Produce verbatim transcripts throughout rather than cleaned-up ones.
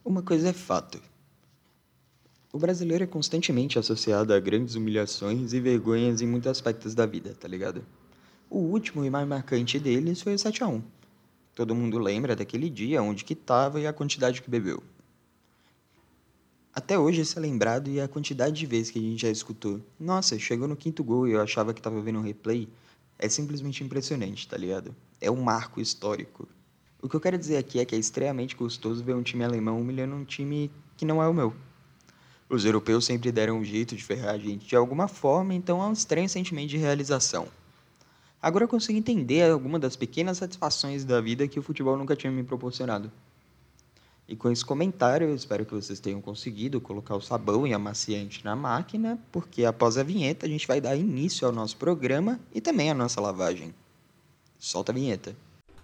Uma coisa é fato. O brasileiro é constantemente associado a grandes humilhações e vergonhas em muitos aspectos da vida, tá ligado? O último e mais marcante deles foi o sete a um. Todo mundo lembra daquele dia, onde que tava e a quantidade que bebeu. Até hoje isso é lembrado e a quantidade de vezes que a gente já escutou. Nossa, chegou no quinto gol e eu achava que tava vendo um replay. É simplesmente impressionante, tá ligado? É um marco histórico. O que eu quero dizer aqui é que é extremamente gostoso ver um time alemão humilhando um time que não é o meu. Os europeus sempre deram um jeito de ferrar a gente de alguma forma, então há um estranho sentimento de realização. Agora eu consigo entender algumas das pequenas satisfações da vida que o futebol nunca tinha me proporcionado. E com esse comentário, eu espero que vocês tenham conseguido colocar o sabão e amaciante na máquina, porque após a vinheta a gente vai dar início ao nosso programa e também à nossa lavagem. Solta a vinheta.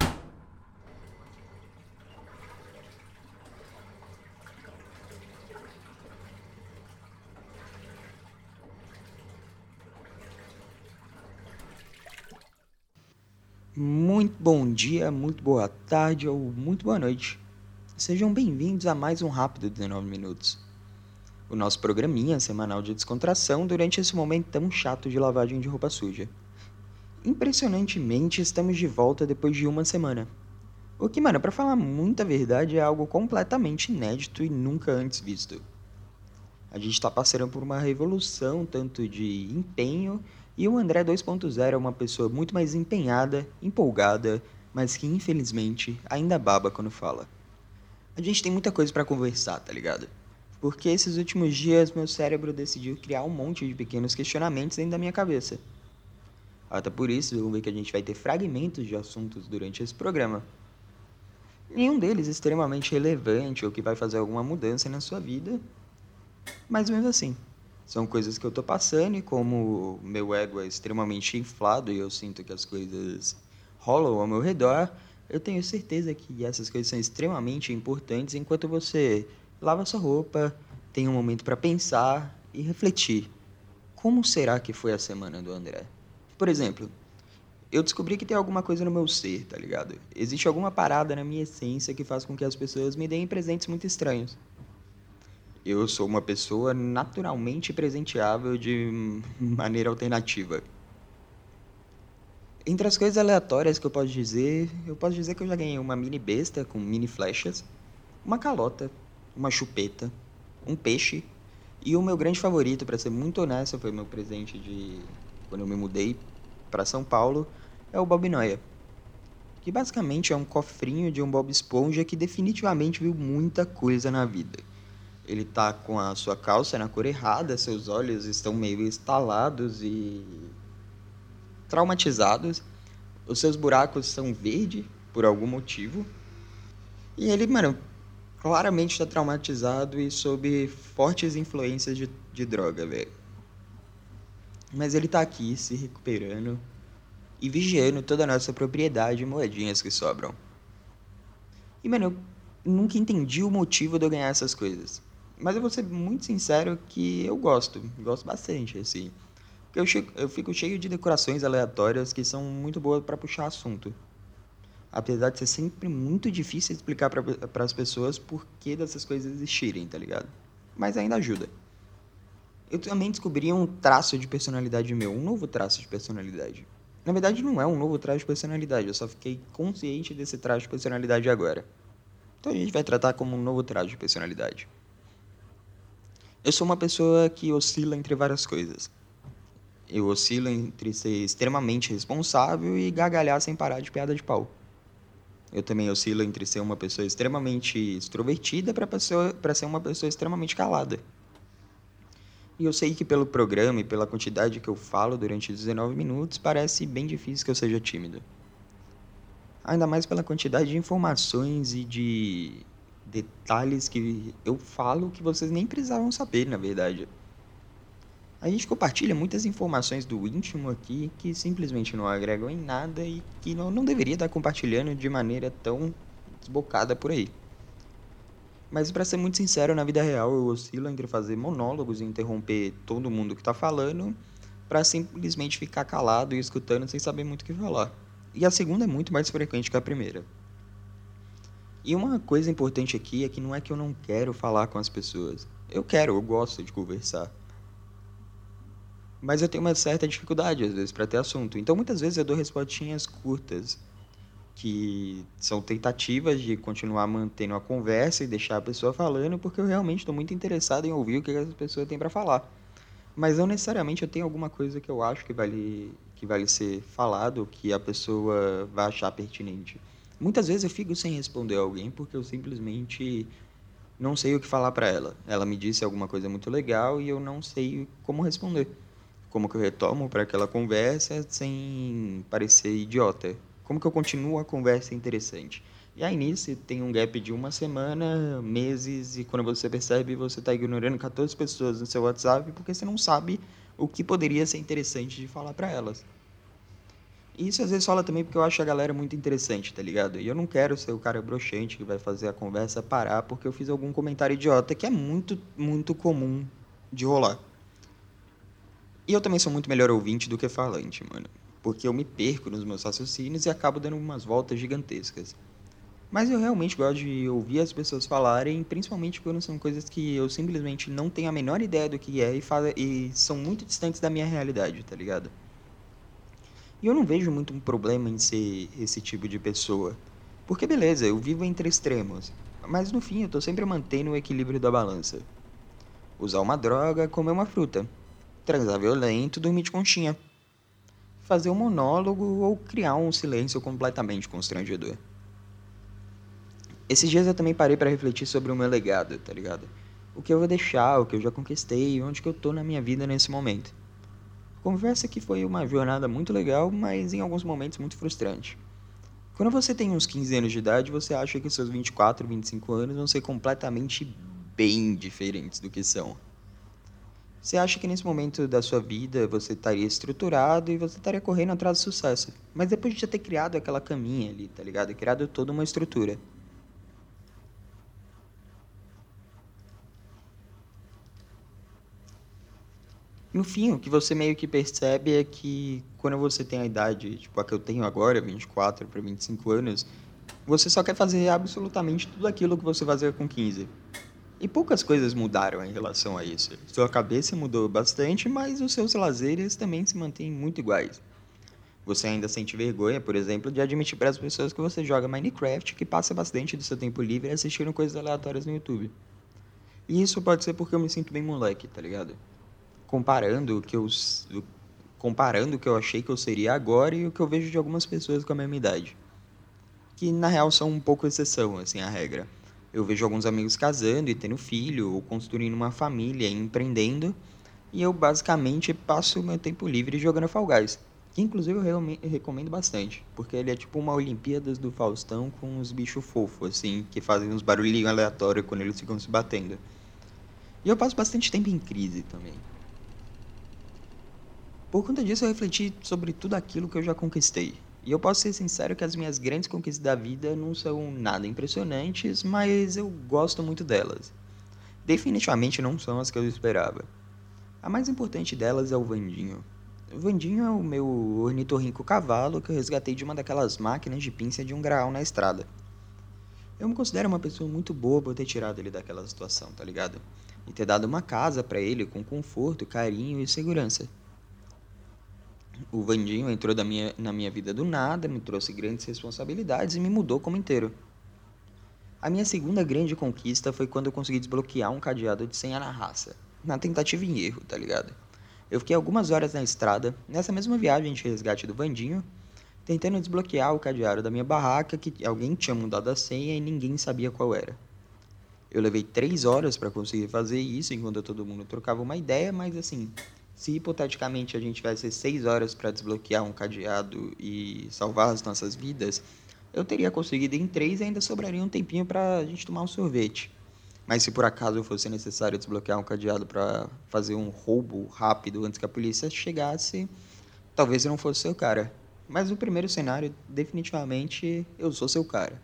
Muito bom dia, muito boa tarde ou muito boa noite. Sejam bem-vindos a mais um Rápido dezenove Minutos. O nosso programinha semanal de descontração durante esse momento tão chato de lavagem de roupa suja. Impressionantemente, estamos de volta depois de uma semana. O que, mano, pra falar muita verdade, é algo completamente inédito e nunca antes visto. A gente tá passando por uma revolução, tanto de empenho, e o André dois ponto zero é uma pessoa muito mais empenhada, empolgada, mas que infelizmente ainda baba quando fala. A gente tem muita coisa pra conversar, tá ligado? Porque esses últimos dias meu cérebro decidiu criar um monte de pequenos questionamentos dentro da minha cabeça. Até por isso, vamos ver que a gente vai ter fragmentos de assuntos durante esse programa. Nenhum deles extremamente relevante ou que vai fazer alguma mudança na sua vida, mas mesmo assim, são coisas que eu tô passando e como meu ego é extremamente inflado e eu sinto que as coisas rolam ao meu redor, eu tenho certeza que essas coisas são extremamente importantes enquanto você lava sua roupa, tem um momento para pensar e refletir. Como será que foi a semana do André? Por exemplo, eu descobri que tem alguma coisa no meu ser, tá ligado? Existe alguma parada na minha essência que faz com que as pessoas me deem presentes muito estranhos. Eu sou uma pessoa naturalmente presenteável de maneira alternativa. Entre as coisas aleatórias que eu posso dizer, eu posso dizer que eu já ganhei uma mini besta com mini flechas, uma calota, uma chupeta, um peixe e o meu grande favorito, para ser muito honesto, foi meu presente de quando eu me mudei para São Paulo, é o Bob Noia, que basicamente é um cofrinho de um Bob Esponja que definitivamente viu muita coisa na vida. Ele tá com a sua calça na cor errada, seus olhos estão meio estalados e traumatizados. Os seus buracos são verde por algum motivo. E ele, mano, claramente está traumatizado e sob fortes influências de, de droga, velho. Mas ele tá aqui se recuperando e vigiando toda a nossa propriedade e moedinhas que sobram. E, mano, eu nunca entendi o motivo de eu ganhar essas coisas. Mas eu vou ser muito sincero que eu gosto, gosto bastante, assim. Porque eu, che- eu fico cheio de decorações aleatórias que são muito boas pra puxar assunto. Apesar de ser sempre muito difícil explicar para as pessoas por que dessas coisas existirem, tá ligado? Mas ainda ajuda. Eu também descobri um traço de personalidade meu, um novo traço de personalidade. Na verdade, não é um novo traço de personalidade, eu só fiquei consciente desse traço de personalidade agora. Então a gente vai tratar como um novo traço de personalidade. Eu sou uma pessoa que oscila entre várias coisas. Eu oscilo entre ser extremamente responsável e gargalhar sem parar de piada de pau. Eu também oscilo entre ser uma pessoa extremamente extrovertida para ser uma pessoa extremamente calada. E eu sei que pelo programa e pela quantidade que eu falo durante dezenove minutos, parece bem difícil que eu seja tímido. Ainda mais pela quantidade de informações e de detalhes que eu falo que vocês nem precisavam saber, na verdade. A gente compartilha muitas informações do íntimo aqui que simplesmente não agregam em nada e que não, não deveria estar compartilhando de maneira tão desbocada por aí. Mas pra ser muito sincero, na vida real eu oscilo entre fazer monólogos e interromper todo mundo que tá falando pra simplesmente ficar calado e escutando sem saber muito o que falar. E a segunda é muito mais frequente que a primeira. E uma coisa importante aqui é que não é que eu não quero falar com as pessoas. Eu quero, eu gosto de conversar. Mas eu tenho uma certa dificuldade, às vezes, para ter assunto. Então, muitas vezes eu dou respostinhas curtas, que são tentativas de continuar mantendo a conversa e deixar a pessoa falando, porque eu realmente estou muito interessado em ouvir o que essa pessoa tem para falar. Mas não necessariamente eu tenho alguma coisa que eu acho que vale, que vale ser falado, que a pessoa vai achar pertinente. Muitas vezes eu fico sem responder alguém porque eu simplesmente não sei o que falar para ela. Ela me disse alguma coisa muito legal e eu não sei como responder. Como que eu retomo para aquela conversa sem parecer idiota? Como que eu continuo a conversa interessante? E aí nisso tem um gap de uma semana, meses, e quando você percebe, você está ignorando quatorze pessoas no seu WhatsApp porque você não sabe o que poderia ser interessante de falar para elas. E isso às vezes fala também porque eu acho a galera muito interessante, tá ligado? E eu não quero ser o cara broxante que vai fazer a conversa parar porque eu fiz algum comentário idiota, que é muito, muito comum de rolar. E eu também sou muito melhor ouvinte do que falante, mano. Porque eu me perco nos meus raciocínios e acabo dando umas voltas gigantescas. Mas eu realmente gosto de ouvir as pessoas falarem, principalmente quando são coisas que eu simplesmente não tenho a menor ideia do que é e, fala, e são muito distantes da minha realidade, tá ligado? E eu não vejo muito um problema em ser esse tipo de pessoa. Porque beleza, eu vivo entre extremos. Mas no fim eu tô sempre mantendo o equilíbrio da balança. Usar uma droga, comer uma fruta. Transar violento, dormir de conchinha. Fazer um monólogo ou criar um silêncio completamente constrangedor. Esses dias eu também parei para refletir sobre o meu legado, tá ligado? O que eu vou deixar, o que eu já conquistei, onde que eu tô na minha vida nesse momento. Conversa que foi uma jornada muito legal, mas em alguns momentos muito frustrante. Quando você tem uns quinze anos de idade, você acha que seus vinte e quatro, vinte e cinco anos vão ser completamente bem diferentes do que são. Você acha que nesse momento da sua vida você estaria estruturado e você estaria correndo atrás do sucesso. Mas depois de já ter criado aquela caminha ali, tá ligado? Criado toda uma estrutura. No fim, o que você meio que percebe é que quando você tem a idade, tipo a que eu tenho agora, vinte e quatro para vinte e cinco anos, você só quer fazer absolutamente tudo aquilo que você fazia com quinze. E poucas coisas mudaram em relação a isso. Sua cabeça mudou bastante, mas os seus lazeres também se mantêm muito iguais. Você ainda sente vergonha, por exemplo, de admitir para as pessoas que você joga Minecraft, que passa bastante do seu tempo livre assistindo coisas aleatórias no YouTube. E isso pode ser porque eu me sinto bem moleque, tá ligado? Comparando o que eu, comparando o que eu achei que eu seria agora e o que eu vejo de algumas pessoas com a mesma idade. Que na real são um pouco exceção, assim, a regra. Eu vejo alguns amigos casando e tendo filho, ou construindo uma família e empreendendo, e eu basicamente passo o meu tempo livre jogando Fall Guys. Que inclusive eu realmente recomendo bastante, porque ele é tipo uma Olimpíadas do Faustão com uns bichos fofos, assim, que fazem uns barulhinhos aleatórios quando eles ficam se batendo. E eu passo bastante tempo em crise também. Por conta disso, eu refleti sobre tudo aquilo que eu já conquistei. E eu posso ser sincero que as minhas grandes conquistas da vida não são nada impressionantes, mas eu gosto muito delas. Definitivamente não são as que eu esperava. A mais importante delas é o Vandinho. O Vandinho é o meu ornitorrinco cavalo que eu resgatei de uma daquelas máquinas de pinça de um graal na estrada. Eu me considero uma pessoa muito boa por ter tirado ele daquela situação, tá ligado? E ter dado uma casa pra ele com conforto, carinho e segurança. O Vandinho entrou da minha, na minha vida do nada, me trouxe grandes responsabilidades e me mudou como inteiro. A minha segunda grande conquista foi quando eu consegui desbloquear um cadeado de senha na raça. Na tentativa e erro, tá ligado? Eu fiquei algumas horas na estrada, nessa mesma viagem de resgate do Vandinho, tentando desbloquear o cadeado da minha barraca que alguém tinha mudado a senha e ninguém sabia qual era. Eu levei três horas para conseguir fazer isso enquanto todo mundo trocava uma ideia, mas assim, se hipoteticamente a gente tivesse seis horas para desbloquear um cadeado e salvar as nossas vidas, eu teria conseguido em três e ainda sobraria um tempinho para a gente tomar um sorvete. Mas se por acaso fosse necessário desbloquear um cadeado para fazer um roubo rápido antes que a polícia chegasse, talvez eu não fosse seu cara. Mas no primeiro cenário, definitivamente, eu sou seu cara.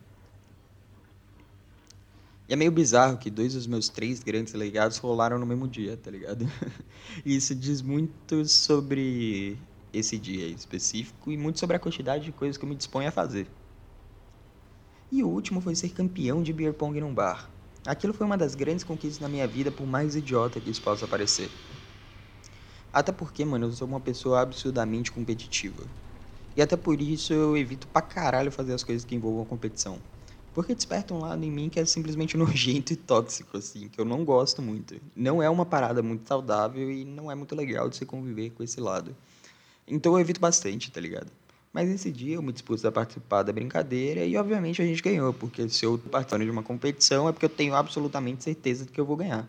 E é meio bizarro que dois dos meus três grandes legados rolaram no mesmo dia, tá ligado? E isso diz muito sobre esse dia específico e muito sobre a quantidade de coisas que eu me disponho a fazer. E o último foi ser campeão de beer pong num bar. Aquilo foi uma das grandes conquistas na minha vida, por mais idiota que isso possa parecer. Até porque, mano, eu sou uma pessoa absurdamente competitiva. E até por isso eu evito pra caralho fazer as coisas que envolvam competição. Porque desperta um lado em mim que é simplesmente nojento e tóxico, assim, que eu não gosto muito. Não é uma parada muito saudável e não é muito legal de se conviver com esse lado. Então eu evito bastante, tá ligado? Mas nesse dia eu me dispus a participar da brincadeira e obviamente a gente ganhou, porque se eu tô participando de uma competição é porque eu tenho absolutamente certeza de que eu vou ganhar.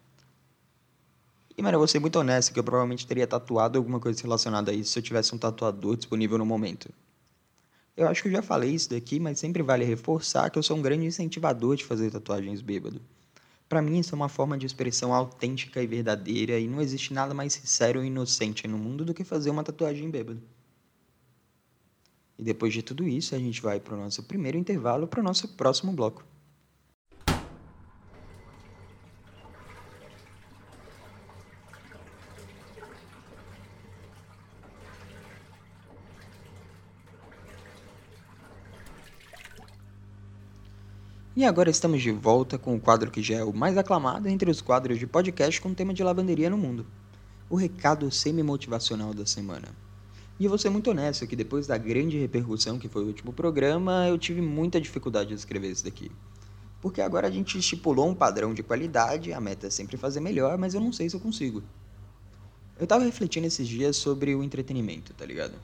E, mano, eu vou ser muito honesto que eu provavelmente teria tatuado alguma coisa relacionada a isso se eu tivesse um tatuador disponível no momento. Eu acho que eu já falei isso daqui, mas sempre vale reforçar que eu sou um grande incentivador de fazer tatuagens bêbado. Pra mim, isso é uma forma de expressão autêntica e verdadeira, e não existe nada mais sincero e inocente no mundo do que fazer uma tatuagem bêbado. E depois de tudo isso, a gente vai pro nosso primeiro intervalo, pro nosso próximo bloco. E agora estamos de volta com o quadro que já é o mais aclamado entre os quadros de podcast com tema de lavanderia no mundo. O recado semi-motivacional da semana. E eu vou ser muito honesto que depois da grande repercussão que foi o último programa, eu tive muita dificuldade de escrever isso daqui. Porque agora a gente estipulou um padrão de qualidade, a meta é sempre fazer melhor, mas eu não sei se eu consigo. Eu tava refletindo esses dias sobre o entretenimento, tá ligado?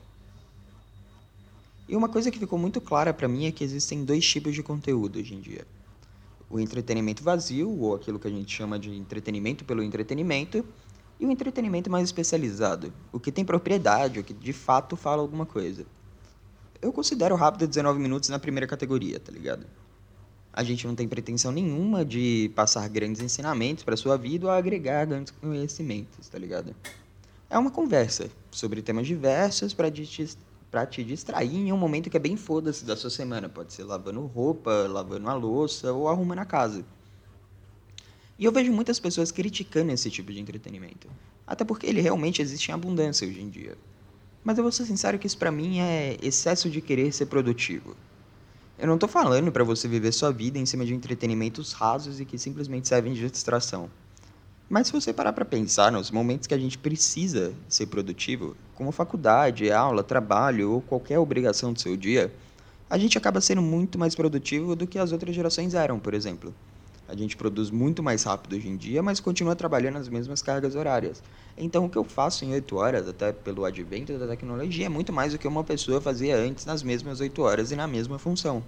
E uma coisa que ficou muito clara pra mim é que existem dois tipos de conteúdo hoje em dia. O entretenimento vazio, ou aquilo que a gente chama de entretenimento pelo entretenimento, e o entretenimento mais especializado, o que tem propriedade, o que de fato fala alguma coisa. Eu considero o Rápido dezenove minutos na primeira categoria, tá ligado? A gente não tem pretensão nenhuma de passar grandes ensinamentos pra sua vida ou agregar grandes conhecimentos, tá ligado? É uma conversa sobre temas diversos pra te, pra te distrair em um momento que é bem foda-se da sua semana. Pode ser lavando roupa, lavando a louça ou arrumando a casa. E eu vejo muitas pessoas criticando esse tipo de entretenimento. Até porque ele realmente existe em abundância hoje em dia. Mas eu vou ser sincero que isso pra mim é excesso de querer ser produtivo. Eu não tô falando pra você viver sua vida em cima de entretenimentos rasos e que simplesmente servem de distração. Mas se você parar pra pensar nos momentos que a gente precisa ser produtivo, como faculdade, aula, trabalho ou qualquer obrigação do seu dia, a gente acaba sendo muito mais produtivo do que as outras gerações eram, por exemplo. A gente produz muito mais rápido hoje em dia, mas continua trabalhando nas mesmas cargas horárias. Então, o que eu faço em oito horas, até pelo advento da tecnologia, é muito mais do que uma pessoa fazia antes nas mesmas oito horas e na mesma função.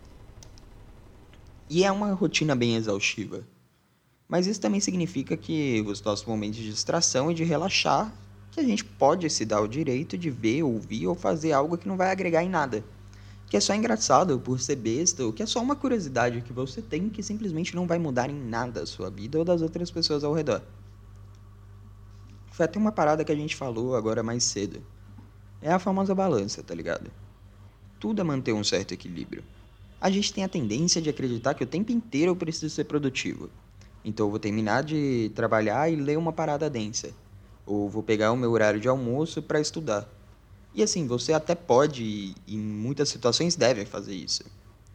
E é uma rotina bem exaustiva. Mas isso também significa que os nossos momentos de distração e de relaxar, que a gente pode se dar o direito de ver, ouvir ou fazer algo que não vai agregar em nada. Que é só engraçado por ser besta, ou que é só uma curiosidade que você tem que simplesmente não vai mudar em nada a sua vida ou das outras pessoas ao redor. Foi até uma parada que a gente falou agora mais cedo. É a famosa balança, tá ligado? Tudo é manter um certo equilíbrio. A gente tem a tendência de acreditar que o tempo inteiro eu preciso ser produtivo. Então eu vou terminar de trabalhar e ler uma parada densa. Ou vou pegar o meu horário de almoço para estudar. E assim, você até pode, e em muitas situações deve fazer isso.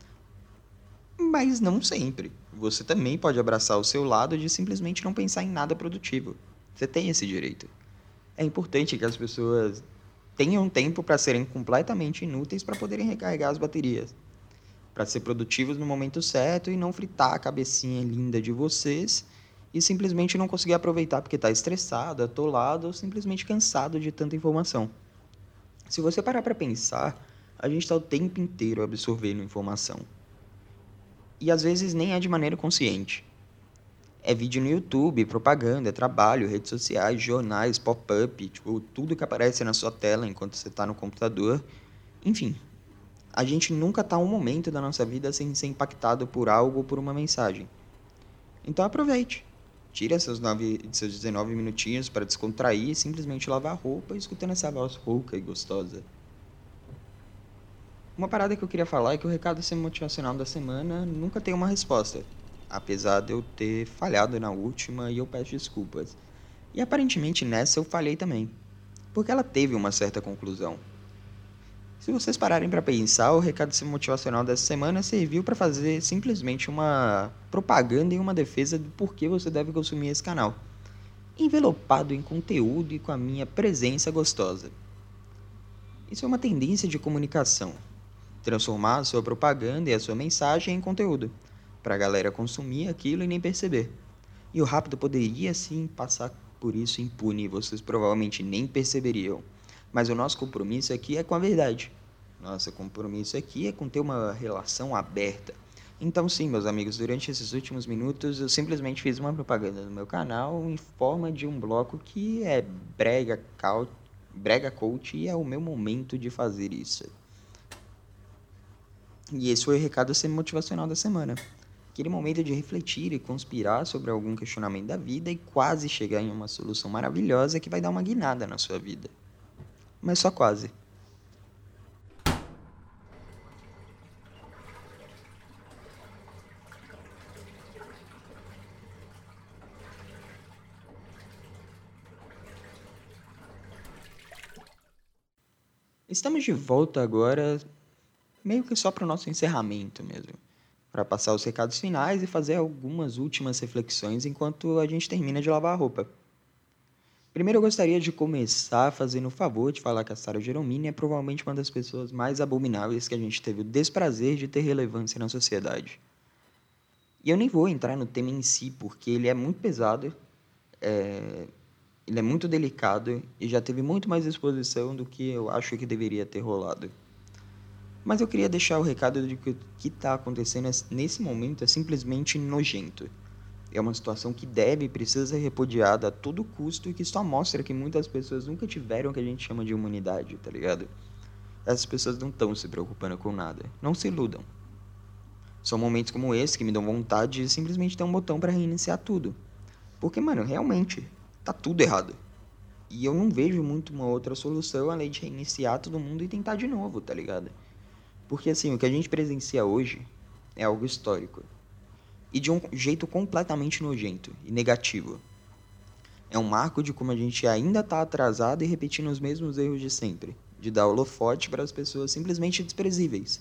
Mas não sempre. Você também pode abraçar o seu lado de simplesmente não pensar em nada produtivo. Você tem esse direito. É importante que as pessoas tenham tempo para serem completamente inúteis para poderem recarregar as baterias. Para ser produtivos no momento certo e não fritar a cabecinha linda de vocês e simplesmente não conseguir aproveitar porque está estressado, atolado ou simplesmente cansado de tanta informação. Se você parar para pensar, a gente está o tempo inteiro absorvendo informação. E às vezes nem é de maneira consciente. É vídeo no YouTube, propaganda, trabalho, redes sociais, jornais, pop-up, tipo, tudo que aparece na sua tela enquanto você está no computador. Enfim, a gente nunca está um momento da nossa vida sem ser impactado por algo ou por uma mensagem. Então aproveite. Tira seus, nove, seus dezenove minutinhos para descontrair e simplesmente lavar a roupa escutando essa voz rouca e gostosa. Uma parada que eu queria falar é que o recado semi-motivacional da semana nunca tem uma resposta. Apesar de eu ter falhado na última e eu peço desculpas. E aparentemente nessa eu falhei também. Porque ela teve uma certa conclusão. Se vocês pararem para pensar, o recado motivacional dessa semana serviu para fazer simplesmente uma propaganda e uma defesa do porquê você deve consumir esse canal, envelopado em conteúdo e com a minha presença gostosa. Isso é uma tendência de comunicação, transformar a sua propaganda e a sua mensagem em conteúdo, para a galera consumir aquilo e nem perceber. E o rápido poderia sim passar por isso impune, vocês provavelmente nem perceberiam. Mas o nosso compromisso aqui é com a verdade. Nosso compromisso aqui é com ter uma relação aberta. Então sim, meus amigos, durante esses últimos minutos eu simplesmente fiz uma propaganda no meu canal em forma de um bloco que é brega, cal... brega coach e é o meu momento de fazer isso. E esse foi o recado motivacional da semana. Aquele momento de refletir e conspirar sobre algum questionamento da vida e quase chegar em uma solução maravilhosa que vai dar uma guinada na sua vida. Mas só quase. Estamos de volta agora, meio que só para o nosso encerramento mesmo, para passar os recados finais e fazer algumas últimas reflexões enquanto a gente termina de lavar a roupa. Primeiro eu gostaria de começar fazendo o favor de falar que a Sarah Jeromini é provavelmente uma das pessoas mais abomináveis que a gente teve o desprazer de ter relevância na sociedade. E eu nem vou entrar no tema em si, porque ele é muito pesado, é... ele é muito delicado e já teve muito mais exposição do que eu acho que deveria ter rolado. Mas eu queria deixar o recado de que o que está acontecendo nesse momento é simplesmente nojento. É uma situação que deve e precisa ser repudiada a todo custo e que só mostra que muitas pessoas nunca tiveram o que a gente chama de humanidade, tá ligado? Essas pessoas não estão se preocupando com nada. Não se iludam. São momentos como esse que me dão vontade de simplesmente ter um botão para reiniciar tudo. Porque, mano, realmente, tá tudo errado. E eu não vejo muito uma outra solução além de reiniciar todo mundo e tentar de novo, tá ligado? Porque, assim, o que a gente presencia hoje é algo histórico. E de um jeito completamente nojento e negativo. É um marco de como a gente ainda está atrasado e repetindo os mesmos erros de sempre. De dar holofote para as pessoas simplesmente desprezíveis.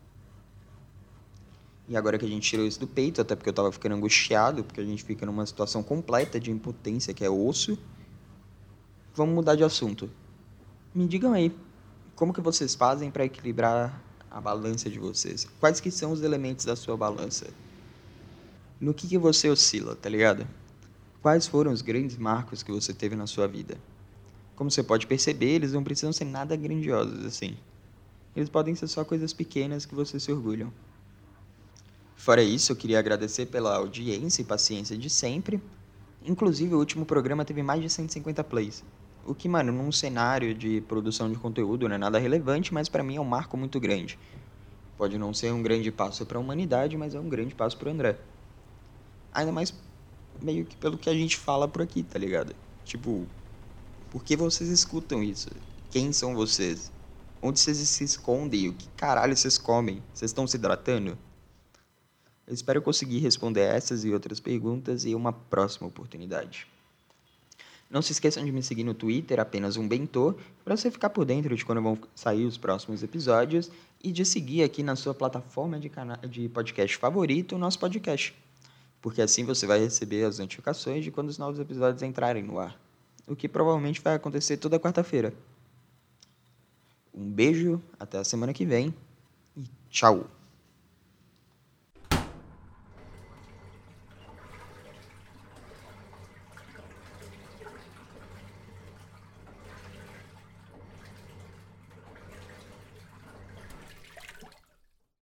E agora que a gente tirou isso do peito, até porque eu estava ficando angustiado, porque a gente fica numa situação completa de impotência, que é osso, vamos mudar de assunto. Me digam aí, como que vocês fazem para equilibrar a balança de vocês? Quais que são os elementos da sua balança? No que, que você oscila, tá ligado? Quais foram os grandes marcos que você teve na sua vida? Como você pode perceber, eles não precisam ser nada grandiosos assim. Eles podem ser só coisas pequenas que você se orgulham. Fora isso, eu queria agradecer pela audiência e paciência de sempre. Inclusive, o último programa teve mais de cento e cinquenta plays. O que, mano, num cenário de produção de conteúdo não é nada relevante, mas pra mim é um marco muito grande. Pode não ser um grande passo pra humanidade, mas é um grande passo pro André. Ainda mais meio que pelo que a gente fala por aqui, tá ligado? Tipo, por que vocês escutam isso? Quem são vocês? Onde vocês se escondem? O que caralho vocês comem? Vocês estão se hidratando? Eu espero conseguir responder essas e outras perguntas em uma próxima oportunidade. Não se esqueçam de me seguir no Twitter, apenas um Bentô, para você ficar por dentro de quando vão sair os próximos episódios e de seguir aqui na sua plataforma de, cana- de podcast favorito o nosso podcast, porque assim você vai receber as notificações de quando os novos episódios entrarem no ar, o que provavelmente vai acontecer toda quarta-feira. Um beijo, até a semana que vem e tchau!